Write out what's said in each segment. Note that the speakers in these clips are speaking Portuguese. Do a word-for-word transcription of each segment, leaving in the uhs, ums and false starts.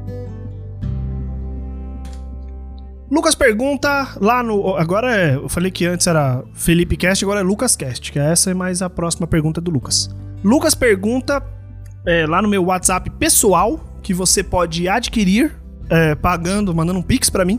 Lucas pergunta lá no... Agora é... Eu falei que antes era Felipe Cast, agora é Lucas Cast, que essa é mais a próxima pergunta do Lucas. Lucas pergunta é, lá no meu WhatsApp pessoal, que você pode adquirir é, pagando, mandando um pix pra mim.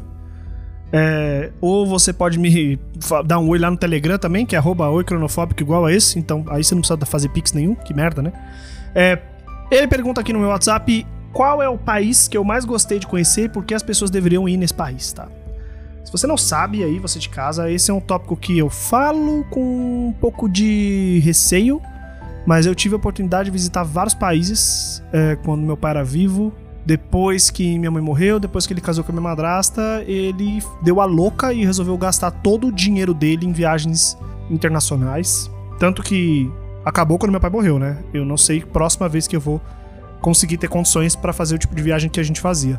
É, ou você pode me dar um oi lá no Telegram também, que é arroba oicronofóbico igual a esse. Então aí você não precisa fazer pix nenhum, que merda, né? É, ele pergunta aqui no meu WhatsApp qual é o país que eu mais gostei de conhecer e por que as pessoas deveriam ir nesse país, tá? Se você não sabe, aí você de casa, esse é um tópico que eu falo com um pouco de receio, mas eu tive a oportunidade de visitar vários países é, quando meu pai era vivo. Depois que minha mãe morreu, depois que ele casou com a minha madrasta, ele deu a louca e resolveu gastar todo o dinheiro dele em viagens internacionais. Tanto que acabou quando meu pai morreu, né? Eu não sei próxima vez que eu vou conseguir ter condições pra fazer o tipo de viagem que a gente fazia.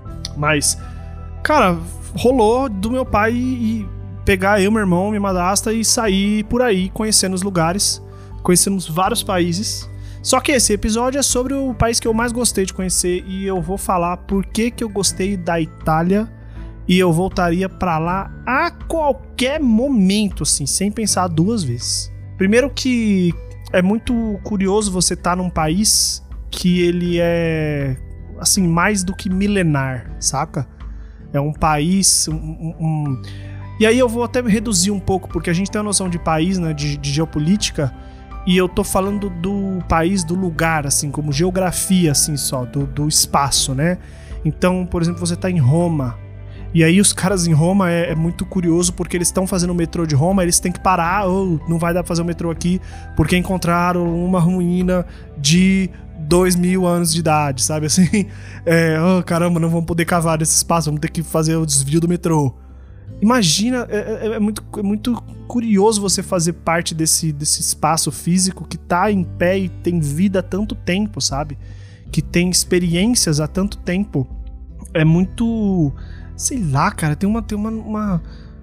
Mas, cara, rolou do meu pai e pegar eu, meu irmão, minha madrasta e sair por aí conhecendo os lugares. Conhecemos vários países. Só que esse episódio é sobre o país que eu mais gostei de conhecer e eu vou falar por que que eu gostei da Itália e eu voltaria pra lá a qualquer momento, assim, sem pensar duas vezes. Primeiro que é muito curioso você estar num país que ele é, assim, mais do que milenar, saca? É um país... Um, um, um... E aí eu vou até reduzir um pouco, porque a gente tem uma noção de país, né, de, de geopolítica, e eu tô falando do país, do lugar, assim, como geografia, assim, só, do, do espaço, né? Então, por exemplo, você tá em Roma, e aí os caras em Roma é, é muito curioso, porque eles estão fazendo o metrô de Roma, eles têm que parar, ou oh, não vai dar pra fazer o metrô aqui, porque encontraram uma ruína de dois mil anos de idade, sabe assim? É, oh, caramba, não vamos poder cavar nesse espaço, vamos ter que fazer o desvio do metrô. Imagina, é, é, é, muito, é muito curioso você fazer parte desse, desse espaço físico que tá em pé e tem vida há tanto tempo, sabe? Que tem experiências há tanto tempo. É muito... Sei lá, cara, tem uma... Tem uma, uma,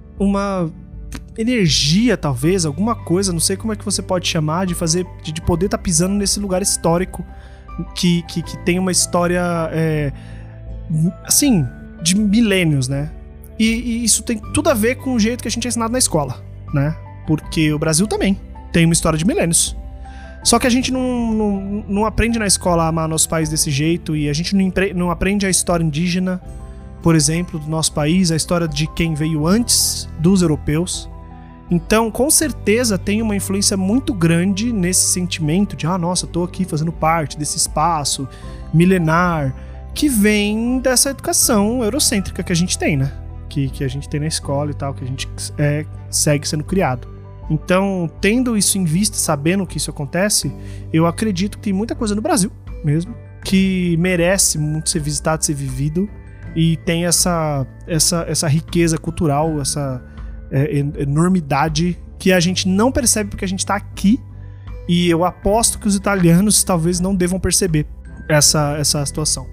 uma energia, talvez, alguma coisa, não sei como é que você pode chamar, de fazer, de, de poder estar tá pisando nesse lugar histórico que, que, que tem uma história, é, assim, de milênios, né? E, e isso tem tudo a ver com o jeito que a gente é ensinado na escola, né? Porque o Brasil também tem uma história de milênios. Só que a gente não, não, não aprende na escola a amar nosso país desse jeito, e a gente não, não aprende a história indígena, por exemplo, do nosso país, a história de quem veio antes dos europeus. Então, com certeza, tem uma influência muito grande nesse sentimento de, ah, nossa, eu tô aqui fazendo parte desse espaço milenar, que vem dessa educação eurocêntrica que a gente tem, né? Que, que a gente tem na escola e tal, que a gente é, segue sendo criado. Então, tendo isso em vista, sabendo que isso acontece, eu acredito que tem muita coisa no Brasil mesmo, que merece muito ser visitado, ser vivido, e tem essa, essa, essa riqueza cultural, essa é, enormidade que a gente não percebe porque a gente tá aqui, e eu aposto que os italianos talvez não devam perceber essa, essa situação.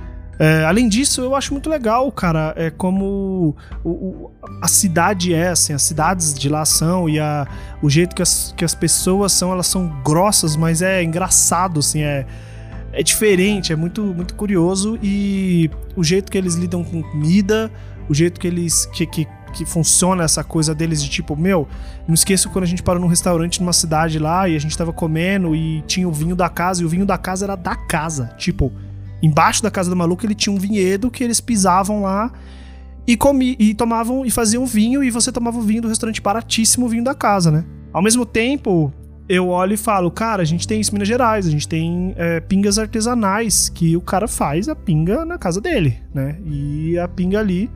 É, além disso, eu acho muito legal, cara, é como o, o, a cidade é, assim, as cidades de lá são, e a, o jeito que as, que as pessoas são, elas são grossas, mas é engraçado, assim, é, é diferente, é muito, muito curioso, e o jeito que eles lidam com comida, o jeito que eles, que, que, que funciona essa coisa deles de tipo, meu, não esqueço quando a gente parou num restaurante numa cidade lá, e a gente tava comendo, e tinha o vinho da casa, e o vinho da casa era da casa, tipo... Embaixo da casa do maluco ele tinha um vinhedo que eles pisavam lá e, comi, e tomavam e faziam vinho, e você tomava o vinho do restaurante baratíssimo, o vinho da casa, né? Ao mesmo tempo, eu olho e falo, cara, a gente tem isso em Minas Gerais, a gente tem é, pingas artesanais que o cara faz a pinga na casa dele, né? E a pinga ali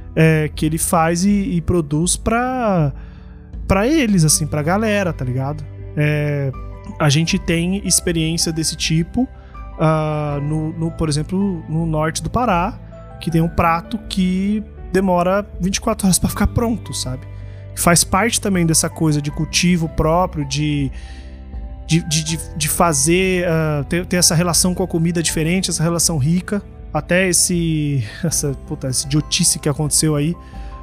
é, que ele faz e, e produz pra, pra eles, assim, pra galera, tá ligado? É, a gente tem experiência desse tipo. Uh, no, no, por exemplo, no norte do Pará, que tem um prato que demora vinte e quatro horas pra ficar pronto, sabe? Faz parte também dessa coisa de cultivo próprio, de, de, de, de fazer, uh, ter, ter essa relação com a comida diferente, essa relação rica. Até esse, essa, puta, essa idiotice que aconteceu aí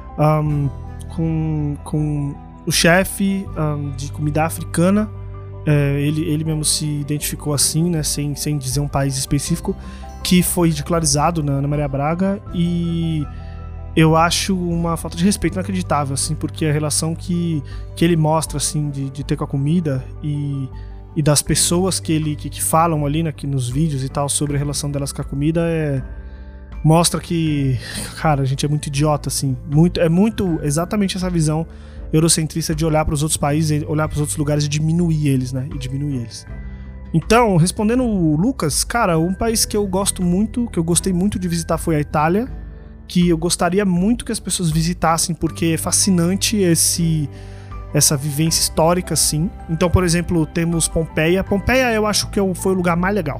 um, com, com o chefe um, de comida africana. É, ele, ele mesmo se identificou assim, né, sem, sem dizer um país específico, que foi ridicularizado na Ana Maria Braga, e eu acho uma falta de respeito inacreditável, assim, porque a relação que, que ele mostra, assim, de, de ter com a comida e, e das pessoas que ele que, que falam ali, né, que nos vídeos e tal sobre a relação delas com a comida é... mostra que, cara, a gente é muito idiota, assim, muito, é muito exatamente essa visão eurocentrista de olhar para os outros países, olhar para os outros lugares e diminuir eles, né, e diminuir eles. Então, respondendo o Lucas, cara, um país que eu gosto muito, que eu gostei muito de visitar foi a Itália, que eu gostaria muito que as pessoas visitassem, porque é fascinante esse, essa vivência histórica, assim. Então, por exemplo, temos Pompeia. Pompeia eu acho que foi o lugar mais legal,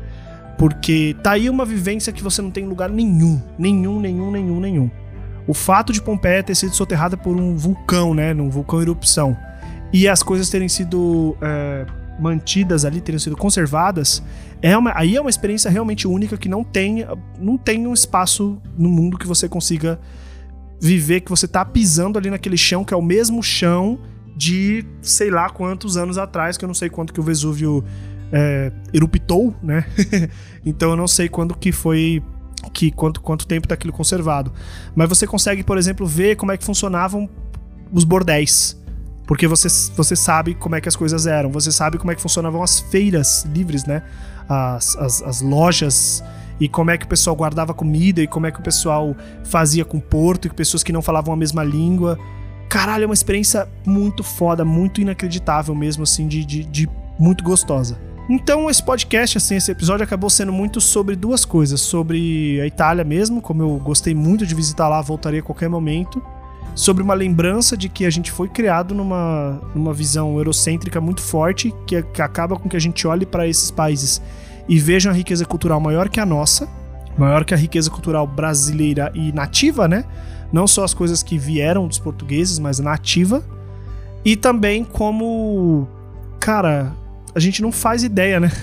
porque tá aí uma vivência que você não tem em lugar nenhum, nenhum, nenhum, nenhum, nenhum. O fato de Pompeia ter sido soterrada por um vulcão, né, um vulcão em erupção, e as coisas terem sido é, mantidas ali, terem sido conservadas, é uma, aí é uma experiência realmente única que não tem, não tem um espaço no mundo que você consiga viver, que você tá pisando ali naquele chão, que é o mesmo chão de sei lá quantos anos atrás, que eu não sei quanto que o Vesúvio é, eruptou, né? Então eu não sei quando que foi, que, quanto, quanto tempo tá aquilo conservado. Mas você consegue, por exemplo, ver como é que funcionavam os bordéis, porque você, você sabe como é que as coisas eram, você sabe como é que funcionavam as feiras livres, né? As, as, as lojas, e como é que o pessoal guardava comida, e como é que o pessoal fazia com Porto, e pessoas que não falavam a mesma língua. Caralho, é uma experiência muito foda, muito inacreditável mesmo, assim, de, de, de muito gostosa. Então esse podcast, assim, esse episódio acabou sendo muito sobre duas coisas, sobre a Itália mesmo, como eu gostei muito de visitar lá, voltaria a qualquer momento, sobre uma lembrança de que a gente foi criado numa, numa visão eurocêntrica muito forte, que, que acaba com que a gente olhe para esses países e veja a riqueza cultural maior que a nossa, maior que a riqueza cultural brasileira e nativa, né? Não só as coisas que vieram dos portugueses, mas nativa. E também como, cara, a gente não faz ideia, né?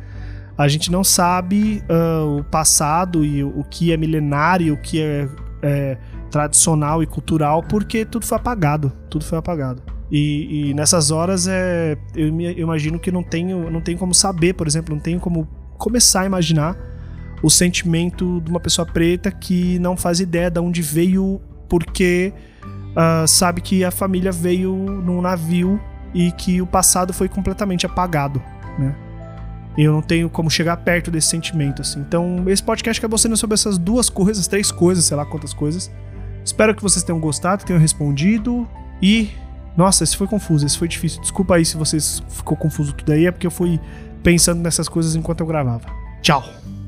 A gente não sabe uh, o passado e o, o que é milenário, o que é... é tradicional e cultural, porque tudo foi apagado, tudo foi apagado. E, e nessas horas é, eu, me, eu imagino que não tenho, não tenho como saber, por exemplo, não tenho como começar a imaginar o sentimento de uma pessoa preta que não faz ideia de onde veio, porque uh, sabe que a família veio num navio e que o passado foi completamente apagado, né? Eu não tenho como chegar perto desse sentimento, assim. Então, esse podcast acabou sendo sobre essas duas coisas, três coisas, sei lá quantas coisas. Espero que vocês tenham gostado, tenham respondido. E, nossa, esse foi confuso, esse foi difícil. Desculpa aí se vocês ficou confuso tudo aí, é porque eu fui pensando nessas coisas enquanto eu gravava. Tchau!